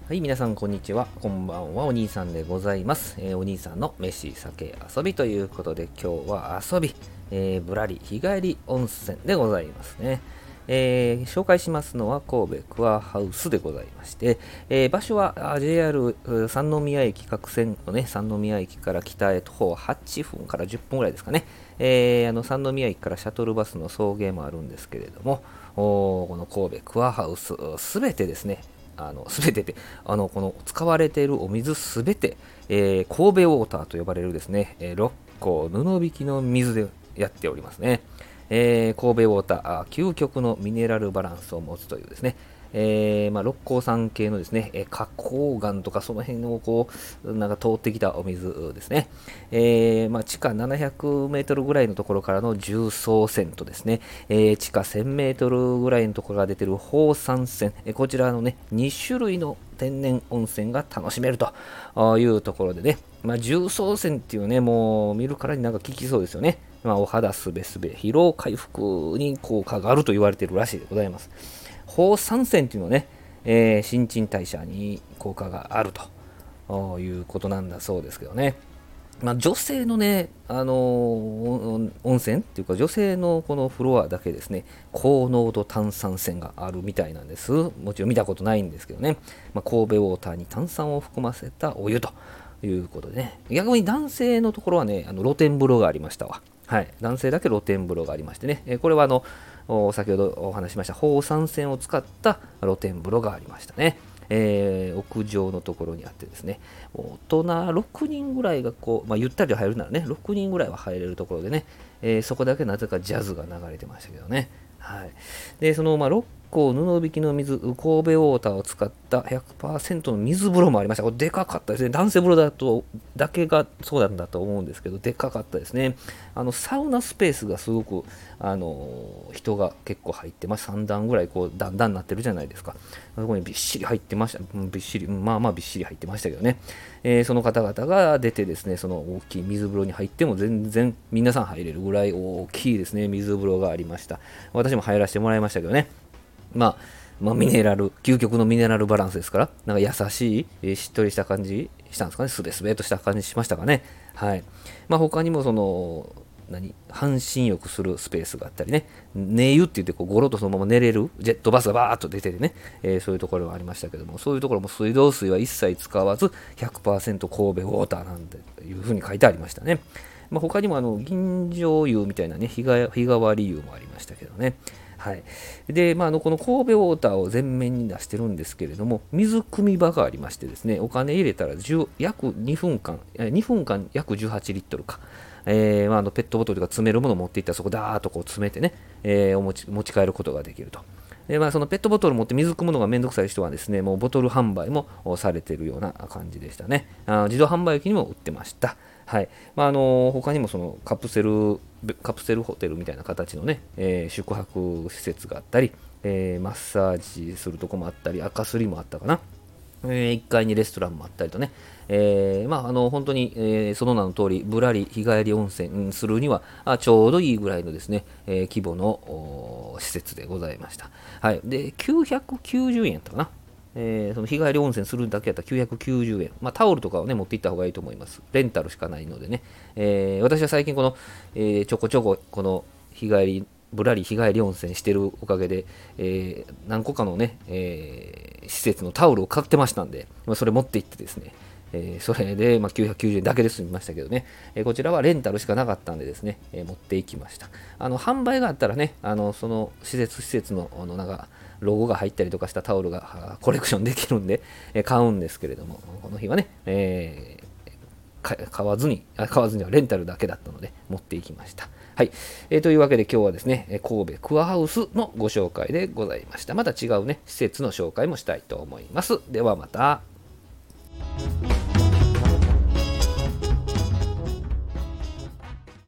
はい、皆さんこんにちは。こんばんは。お兄さんでございます。お兄さんの飯、酒、遊びということで、今日は遊び、ぶらり日帰り温泉でございますね。紹介しますのは神戸クアハウスでございまして、場所はJR 三宮駅各線のね、三宮駅から北へ徒歩8分から10分ぐらいですかね。三宮駅からシャトルバスの送迎もあるんですけれども、この神戸クアハウス、すべてですね、すべてで、この使われているお水すべて、神戸ウォーターと呼ばれるですね、六甲布引きの水でやっておりますね。神戸ウォーター、究極のミネラルバランスを持つというですね、六甲山系のですね、花崗岩とかその辺をこうなんか通ってきたお水ですね。地下700メートルぐらいのところからの重曹泉とですね、地下1000メートルぐらいのところが出てる宝山泉、こちらのね、2種類の天然温泉が楽しめるというところでね、重曹泉っていうね、もう見るからになんか効きそうですよね。お肌すべすべ、疲労回復に効果があると言われているらしいでございます。宝山泉っていうのはね、新陳代謝に効果があるということなんだそうですけどね。女性のね、温泉っていうか、女性のこのフロアだけですね、高濃度炭酸泉があるみたいなんです。もちろん見たことないんですけどね、神戸ウォーターに炭酸を含ませたお湯ということでね、逆に男性のところはね、露天風呂がありましたわ。はい、男性だけ露天風呂がありましてね、これは先ほどお話しました宝山泉を使った露天風呂がありましたね。屋上のところにあってですね、大人6人ぐらいがこう、ゆったり入るならね、6人ぐらいは入れるところでね、そこだけなぜかジャズが流れてましたけどね。はい、でその六甲布引きの水、神戸ウォーターを使った 100% の水風呂もありました。これでかかったですね。男性風呂だとだけがそうなんだと思うんですけど、でかかったですね。サウナスペースがすごく人が結構入ってます。3段ぐらいこう段々になってるじゃないですか。そこにびっしり入ってました。びっしり、まあまあびっしり入ってましたけどね。その方々が出てですね、その大きい水風呂に入っても全然皆さん入れるぐらい大きいですね、水風呂がありました。私も入らせてもらいましたけどね。ミネラル、究極のミネラルバランスですから、なんか優しい、しっとりした感じしたんですかね、すべすべとした感じしましたかね。はい。他にも半身浴するスペースがあったりね、寝湯って言ってこうゴロッとそのまま寝れるジェットバスがバーッと出ててね、そういうところがありましたけども、そういうところも水道水は一切使わず 100% 神戸ウォーターなんていうふうに書いてありましたね。他にも銀醸湯みたいなね、日替わり湯もありましたけどね。はい。で、この神戸ウォーターを前面に出してるんですけれども、水汲み場がありましてですね、お金入れたら約2分間、2分間約18リットルか。ペットボトルとか詰めるものを持っていったらそこダーッとこう詰めてね、持ち帰ることができると。でそのペットボトル持って水汲むのがめんどくさい人はですね、もうボトル販売もされているような感じでしたね。自動販売機にも売ってました。はい。他にもそのカプセルホテルみたいな形のね、宿泊施設があったり、マッサージするとこもあったり、赤すりもあったかな。1階にレストランもあったりとね、本当に、その名の通り、ぶらり日帰り温泉するにはちょうどいいぐらいのですね、規模の施設でございました。はい。で、990円やったかな。その日帰り温泉するだけやったら990円。タオルとかをね、持っていった方がいいと思います。レンタルしかないのでね。私は最近この、ちょこちょここのぶらり日帰り温泉してるおかげで、何個かのね、施設のタオルを買ってましたんで、それ持って行ってですね、それで、990円だけで済みましたけどね、こちらはレンタルしかなかったんでですね、持っていきました。販売があったらね、その施設のなんかロゴが入ったりとかしたタオルがコレクションできるんで、買うんですけれども、この日はね、買わずにはレンタルだけだったので持っていきました。はい、というわけで今日はですね、神戸クアハウスのご紹介でございました。また違うね、施設の紹介もしたいと思います。ではまた。